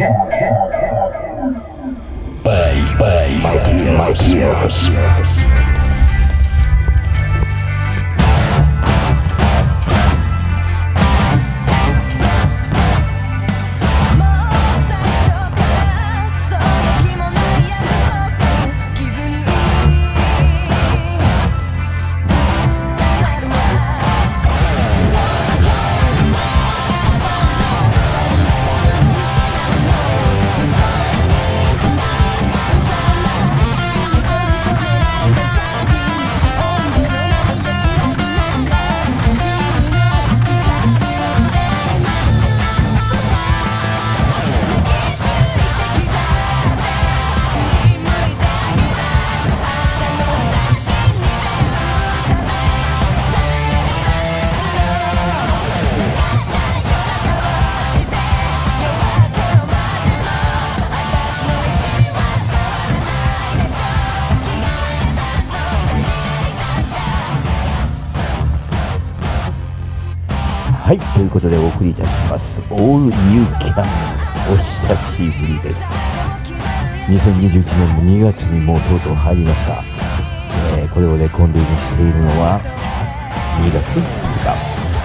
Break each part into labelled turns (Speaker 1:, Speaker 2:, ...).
Speaker 1: by my ears. はい、ということでお送りいたします All You Can お久しぶりです。2021年の2月にもうとうとう入りました。これをレコーディングしているのは2月2日。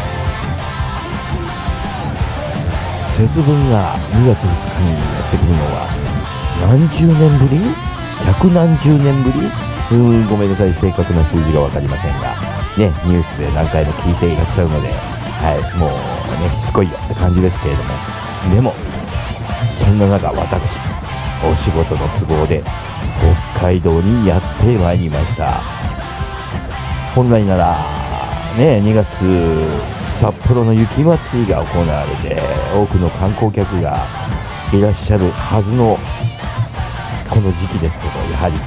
Speaker 1: 節分が2月2日にやってくるのは何十年ぶり？百何十年ぶり？ごめんなさい、正確な数字が分かりませんがね、ニュースで何回も聞いていらっしゃるので、はい、もうね、しつこいよって感じですけれども、でもそんな中、私お仕事の都合で北海道にやってまいりました。本来ならね、2月札幌の雪まつりが行われて多くの観光客がいらっしゃるはずのこの時期ですけど、やはり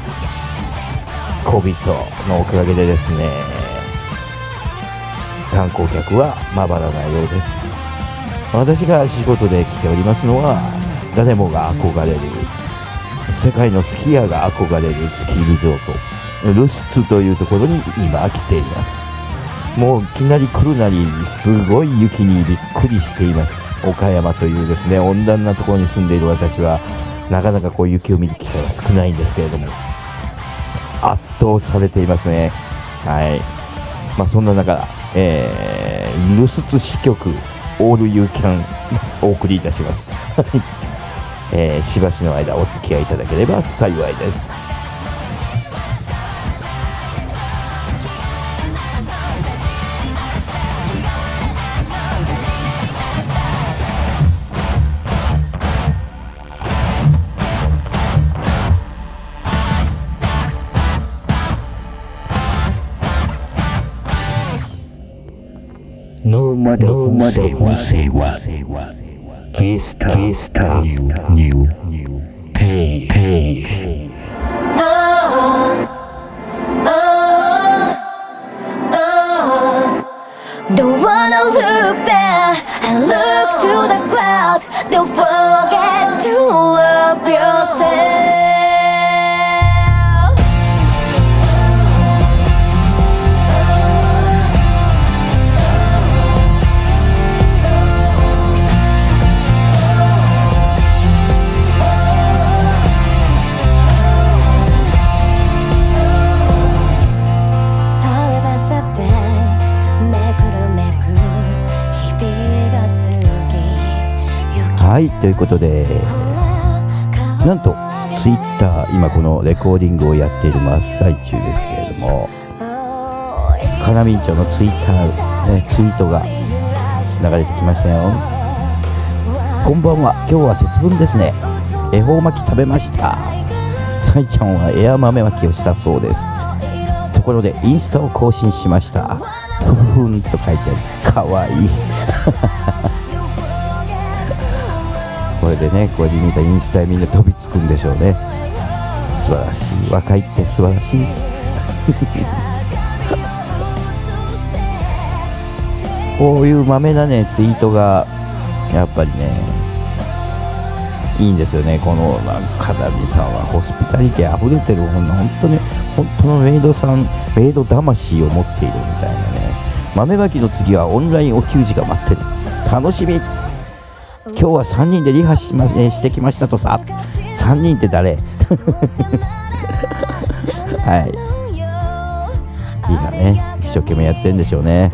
Speaker 1: COVID のおかげでですね、観光客はまばらなようです。私が仕事で来ておりますのは、誰もが憧れる、世界のスキーヤーが憧れるスキーリゾートルスツというところに今来ています。もういきなり来るなりすごい雪にびっくりしています。岡山というですね、温暖なところに住んでいる私はなかなかこう雪を見る機会は少ないんですけれども、圧倒されていますね。はい、そんな中、ルスツ支局 All You Can お送りいたします。しばしの間お付き合いいただければ幸いです。ノーマル音声はフィスタニューページ。
Speaker 2: Don't wanna look down and look to the clouds. Don't forget to love yourself.
Speaker 1: はい、ということで、なんとツイッター、今このレコーディングをやっている真っ最中ですけれども、カナミンチョのツイッター、ね、ツイートが流れてきましたよ。こんばんは、今日は節分ですね。恵方巻き食べました。サイちゃんはエア豆巻きをしたそうです。ところでインスタを更新しました。ふふふんと書いてある。かわいい。これでね、これで見たインスタへみんな飛びつくんでしょうね。素晴らしい、若いって素晴らしい。こういうまめなねツイートがやっぱりねいいんですよね。このカナミさんはホスピタリティ溢れてる、本当のメイドさん、メイド魂を持っているみたいなね。豆まきの次はオンラインお給仕が待ってる、楽しみ。 今日は3人でリハしてきましたとさ。3人って誰はい、リハね一生懸命やってるんでしょうね。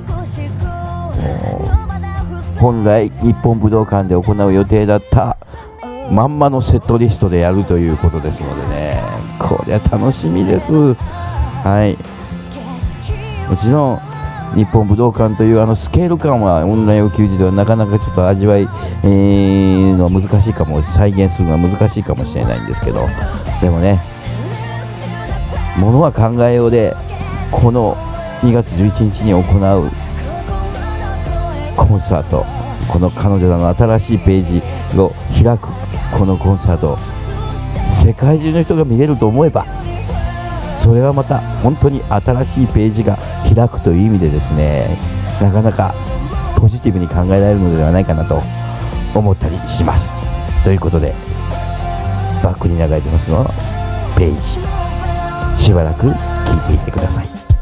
Speaker 1: 本来日本武道館で行う予定だったまんまのセットリストでやるということですのでね、これは楽しみです。はい、もちろん日本武道館というスケール感はオンライン野球児ではなかなかちょっと味わい、のは難しいかも、再現するのは難しいかもしれないんですけど、でもね、ものは考えようで、この2月11日に行うコンサート、この彼女らの新しいページを開くこのコンサート、世界中の人が見れると思えば、それはまた本当に新しいページが開くという意味でですね、なかなかポジティブに考えられるのではないかなと思ったりします。ということで、バックに流れてますのはページ、しばらく聞いていてください。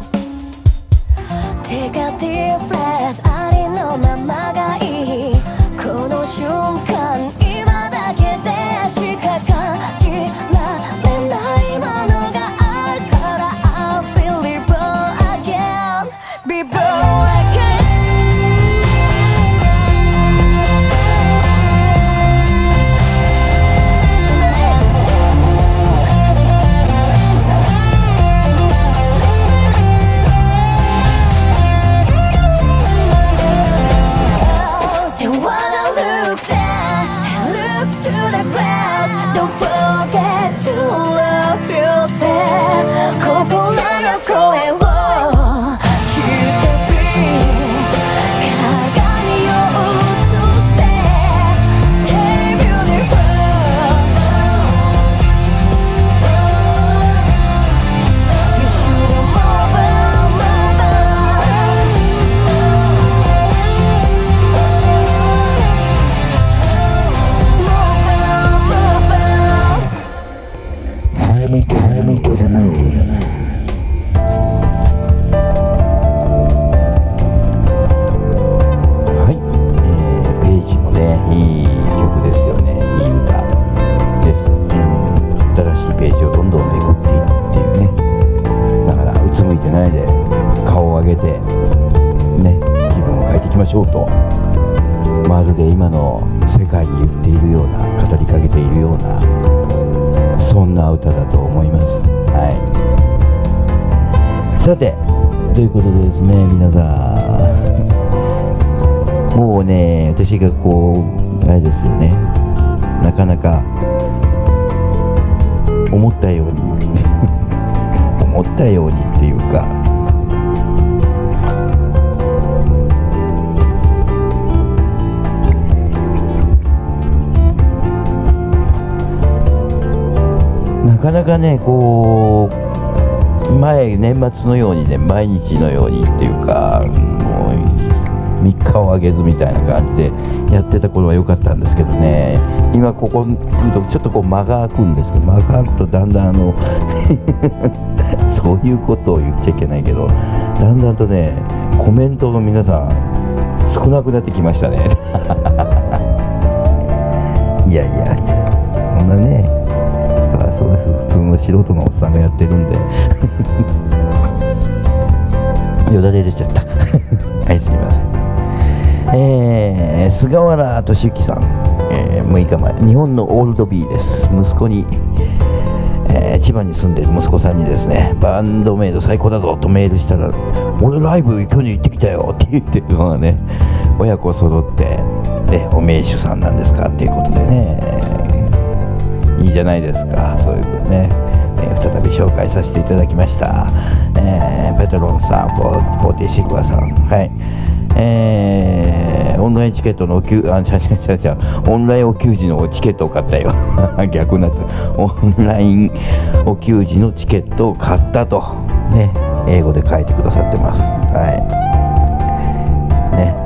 Speaker 2: Take a deep breath ありのままがいい、この瞬間今だけでしか感じられないものがあるから I'll be reborn again, be born again。
Speaker 1: まるで今の世界に言っているような、語りかけているような、そんな歌だと思います。はい、さて、ということでですね、皆さんもうね、私があれですよね、なかなか思ったように思ったようにっていうか、なかなかね、年末のようにね、毎日のようにっていうか、もう3日をあげずみたいな感じでやってた頃は良かったんですけどね、今ここに来るとちょっと間が空くんですけど、間が空くとだんだんそういうことを言っちゃいけないけど、だんだんとね、コメントの皆さん少なくなってきましたねいやいや、そんなね、そうです、普通の素人のおっさんがやってるんでよだれ出ちゃったはい、すいません。菅原俊之さん、6日前、日本のオールド B です。息子に、千葉に住んでいる息子さんにですね、バンドメイド最高だぞとメールしたら、俺ライブ去年行ってきたよって言ってるのはね、親子揃ってお名手さんなんですかっていうことでね、いいじゃないですか、そういうのね、再び紹介させていただきました。ペトロンさん、40シグワさん、はい、オンラインチケットのオンラインお給仕のチケットを買ったよ逆になった。オンラインお給仕のチケットを買ったとね、英語で書いてくださってます。はいね、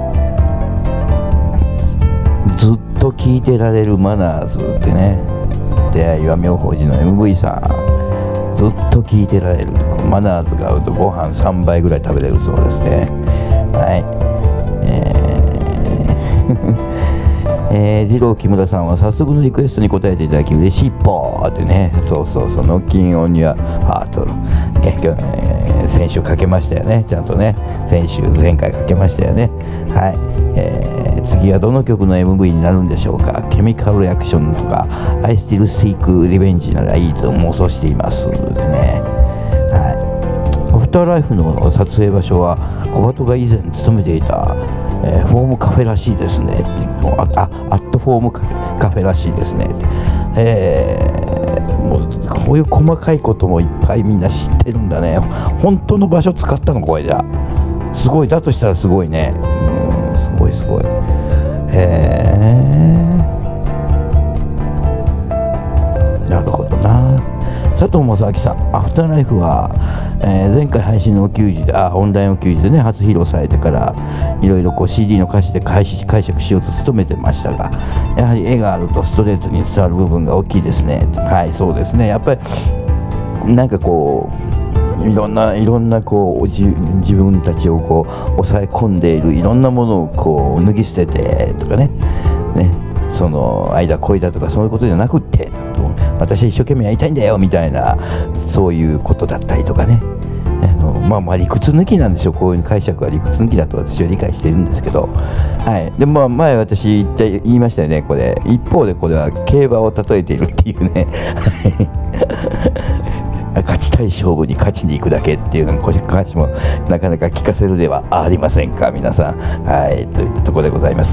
Speaker 1: ずっと聞いてられるマナーズってね、出会いは妙法寺の MV さん、ずっと聞いてられる。マナーズが合うとご飯3倍ぐらい食べれるそうですね。はい、 二郎木村さんは早速のリクエストに答えていただき嬉しいぽーってね。そうノッキンオンにはハート、先週かけましたよね。ちゃんとね、前回かけましたよね。はい、次はどの曲の MV になるんでしょうか。ケミカルリアクションとか I Still Seek Revenge ならいいと妄想していますでね。はい、アフターライフの撮影場所は小鳩が以前勤めていたフォームカフェらしいですねって、アットフォームカフェらしいですねって、もうこういう細かいこともいっぱいみんな知ってるんだね。本当の場所使ったのこれじゃすごい。だとしたらすごいね。すごい。なるほどな。佐藤正明さん、アフターライフは、前回配信のお給仕でオンラインお給仕でね初披露されてからいろいろCD の歌詞で解釈しようと努めてましたが、やはり絵があるとストレートに伝わる部分が大きいですね。はい、そうですね。やっぱりなんかこういろんなこう自分たちをこう抑え込んでいるいろんなものをこう脱ぎ捨ててとかね、その間恋だとかそういうことじゃなくって私は一生懸命やりたいんだよみたいなそういうことだったりとかね。理屈抜きなんでしょう。こういう解釈は理屈抜きだと私は理解しているんですけど、はい。でも前私言いましたよね。これ一方でこれは競馬を例えているっていうね勝ちたい勝負に勝ちに行くだけっていうのこれ歌詞もなかなか聞かせるではありませんか皆さん。はい、といったところでございます。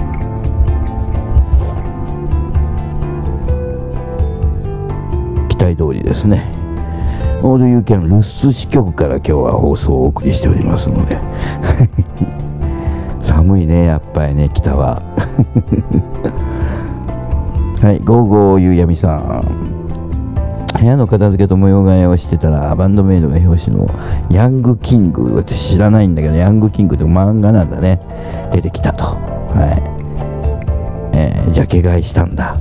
Speaker 1: 期待通りですね。オールユーキャン留守支局から今日は放送をお送りしておりますので寒いねやっぱりね北ははい、ゴーゴーゆうやみさん、部屋の片付けと模様替えをしてたらバンドメイドが表紙のヤングキング、私知らないんだけどヤングキングって漫画なんだね、出てきたと。はい、ジャケ買いしたんだ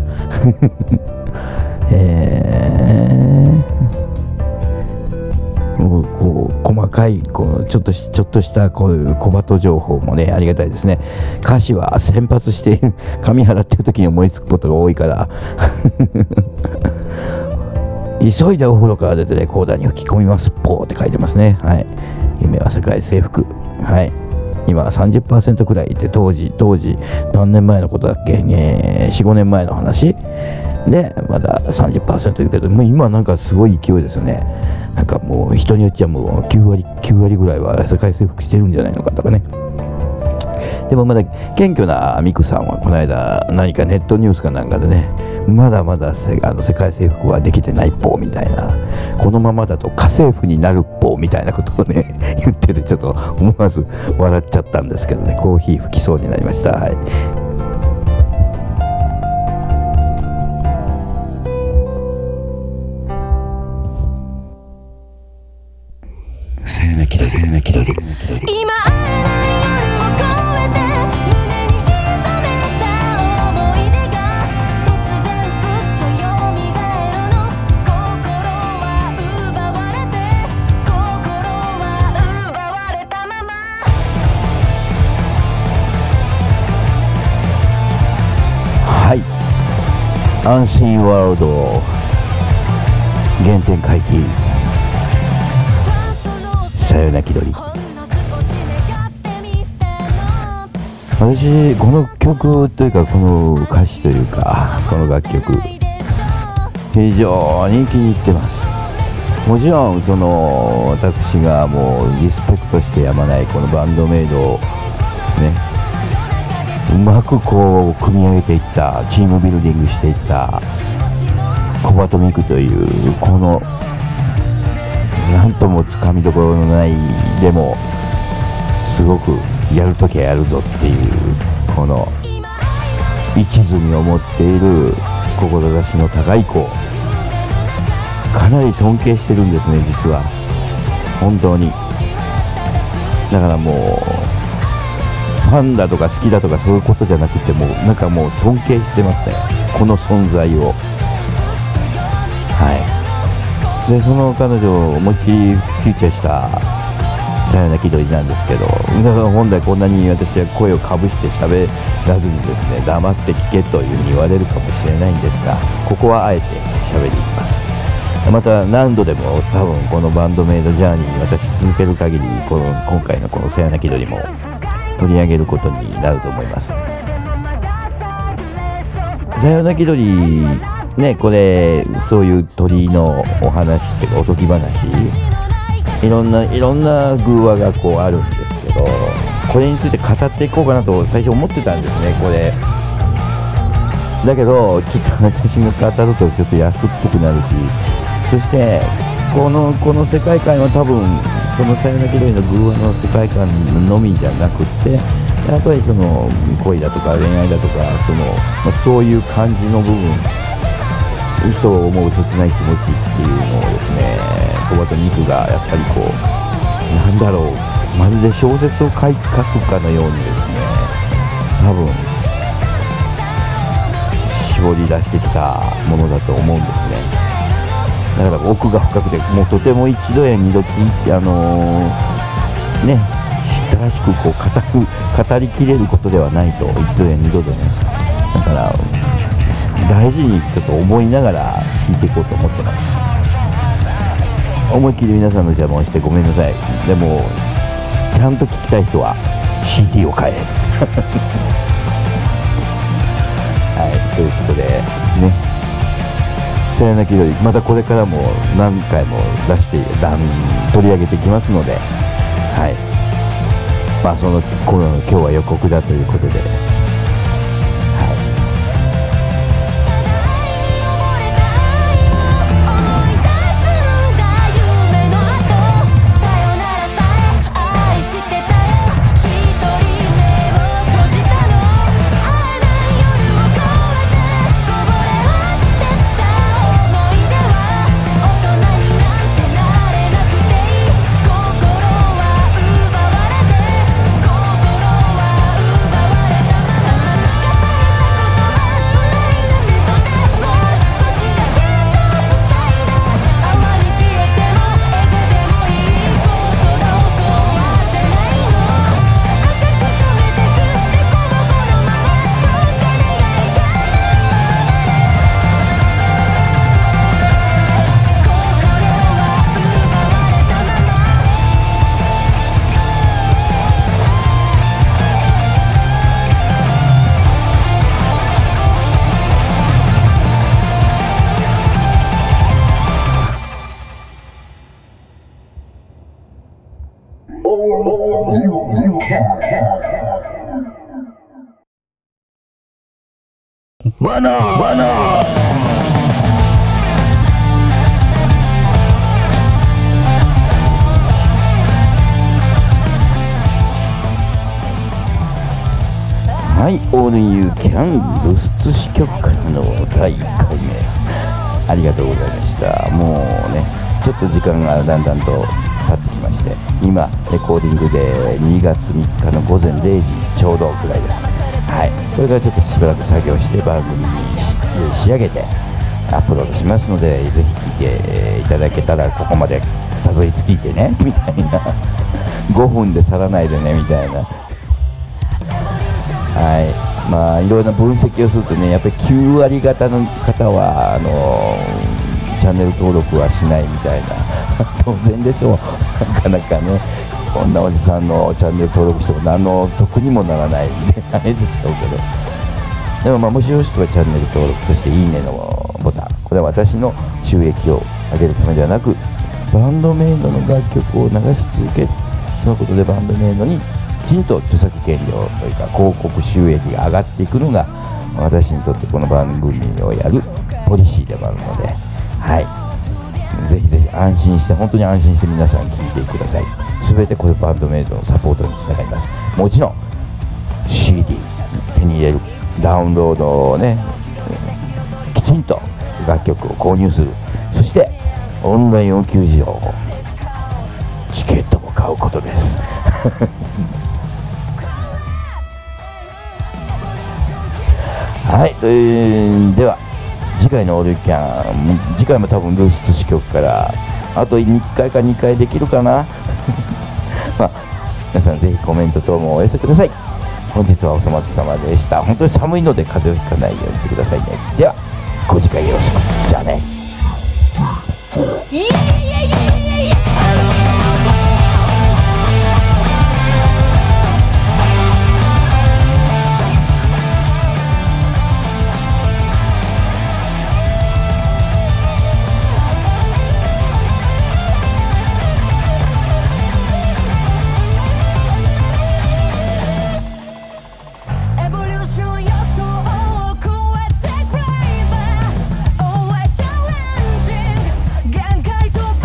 Speaker 1: こう細かいこうちょっとしたこういう小鳩情報もねありがたいですね。歌詞は先発して髪洗ってる時に思いつくことが多いから急いでお風呂から出てレコーダーに吹き込みますポーって書いてますね。はい、夢は世界征服。はい、今は 30% くらいって当時何年前のことだっけ、4,5 年前の話でまだ 30% 言うけど、もう今なんかすごい勢いですよね。なんかもう人によっちゃもう9割ぐらいは世界征服してるんじゃないのかとかね。でもまだ謙虚なミクさんはこの間何かネットニュースかなんかでね、まだまだ世界征服はできてないっぽうみたいな、このままだと家政婦になるっぽうみたいなことをね言っててちょっと思わず笑っちゃったんですけどね。コーヒー吹きそうになりました。はい、さよなきどり今会えない夜を越えて胸に刻めた思い出が突然ふっと蘇るの。心は奪われてたまま。はい、アンシーワールド原点回帰さよなきどり。私この曲というかこの歌詞というかこの楽曲非常に気に入ってます。もちろんその私がもうリスペクトしてやまないこのバンドメイドをねうまくこう組み上げていったチームビルディングしていった小鳩ミクというこのなんともつかみどころのないでもすごくやるときはやるぞっていうこの一途に思っている志の高い子、かなり尊敬してるんですね実は本当に。だからもうファンだとか好きだとかそういうことじゃなくてもなんかもう尊敬してますねこの存在を。はい、でその彼女を思いっきりフィーチャーしたさよなきどりなんですけど、皆さん本来こんなに私は声をかぶして喋らずにですね、黙って聞けというふうに言われるかもしれないんですが、ここはあえて喋ります。また何度でも多分このバンドメイドジャーニーに私続ける限り、今回のこのさよなきどりも取り上げることになると思います。さよなきどりね、これそういう鳥のお話っていうかおとぎ話、いろんな偶話がこうあるんですけど、これについて語っていこうかなと最初思ってたんですね。これだけどちょっと私が語るとちょっと安っぽくなるし、そしてこの世界観は多分そのさよなきどりの偶話の世界観のみじゃなくて、やっぱりその恋だとか恋愛だとかそういう感じの部分、人を思う切ない気持ちっていうのをですね、コバとニクがやっぱりこうなんだろう、まるで小説を書くかのようにですね、多分絞り出してきたものだと思うんですね。だから奥が深くて、もうとても一度や二度聞いてね、正しくこう語りきれることではないと、一度や二度でね。だから大事にちょっと思いながら聞いていこうと思ってます。思いっきり皆さんの邪魔をしてごめんなさい。でもちゃんと聞きたい人は CD を買えはい、ということでね、さよなきどりまたこれからも何回も出して取り上げていきますので、はい、まあ今日は予告だということで、はい、オールユーキャン露出支局からの第1回目、ありがとうございました。もうね、ちょっと時間がだんだんと経ってきまして、今レコーディングで2月3日の午前0時ちょうどくらいです。はい、これからちょっとしばらく作業して番組に仕上げてアップロードしますので、ぜひ聞いていただけたら、ここまでたどり着いてねみたいな5分で去らないでねみたいな、はい、まあいろいろな分析をするとね、やっぱり9割方の方はチャンネル登録はしないみたいな当然でしょうなかなかね、こんなおじさんのチャンネル登録しても何の得にもならないんであれでしょうけど、でもまあもしよろしければチャンネル登録、そしていいねのボタン、これは私の収益を上げるためではなく、バンドメイドの楽曲を流し続ける、そのことでバンドメイドにきちんと著作権料というか広告収益が上がっていくのが、私にとってこの番組をやるポリシーでもあるので、はい、ぜひぜひ安心して、本当に安心して皆さん聞いてください。すべてこれバンドメイドのサポートにつながります。もちろん CD 手に入れる、ダウンロードをね、きちんと楽曲を購入する、そしてオンラインを球場チケットも買うことですはい、では次回のオールキャン、次回も多分ルース支局からあと1回か2回できるかなまあ皆さんぜひコメント等もお寄せください。本日はお粗末様でした。本当に寒いので風邪をひかないようにしてくださいね。ではご次回よろしく。じゃあね。
Speaker 2: エボリューション予想を超えてクレイバー Always challenging 限界突破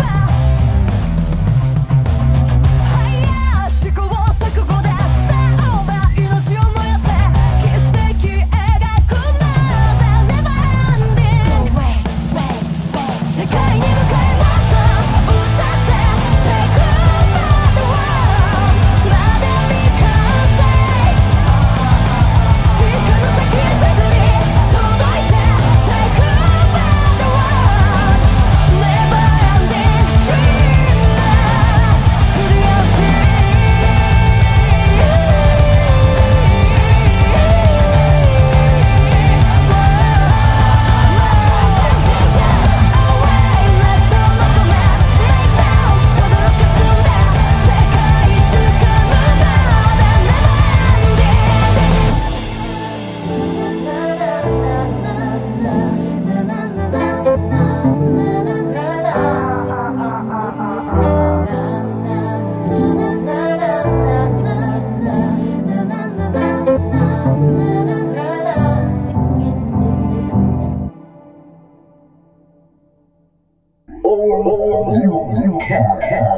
Speaker 2: 早試行錯誤でスターオーバー命を燃やせ奇跡描くまで Never ending 世界に向かいもっと歌って Take over the world まで未完成しかの先へせずに届いて Take over the world Never ending dreamer クリアし
Speaker 3: You can.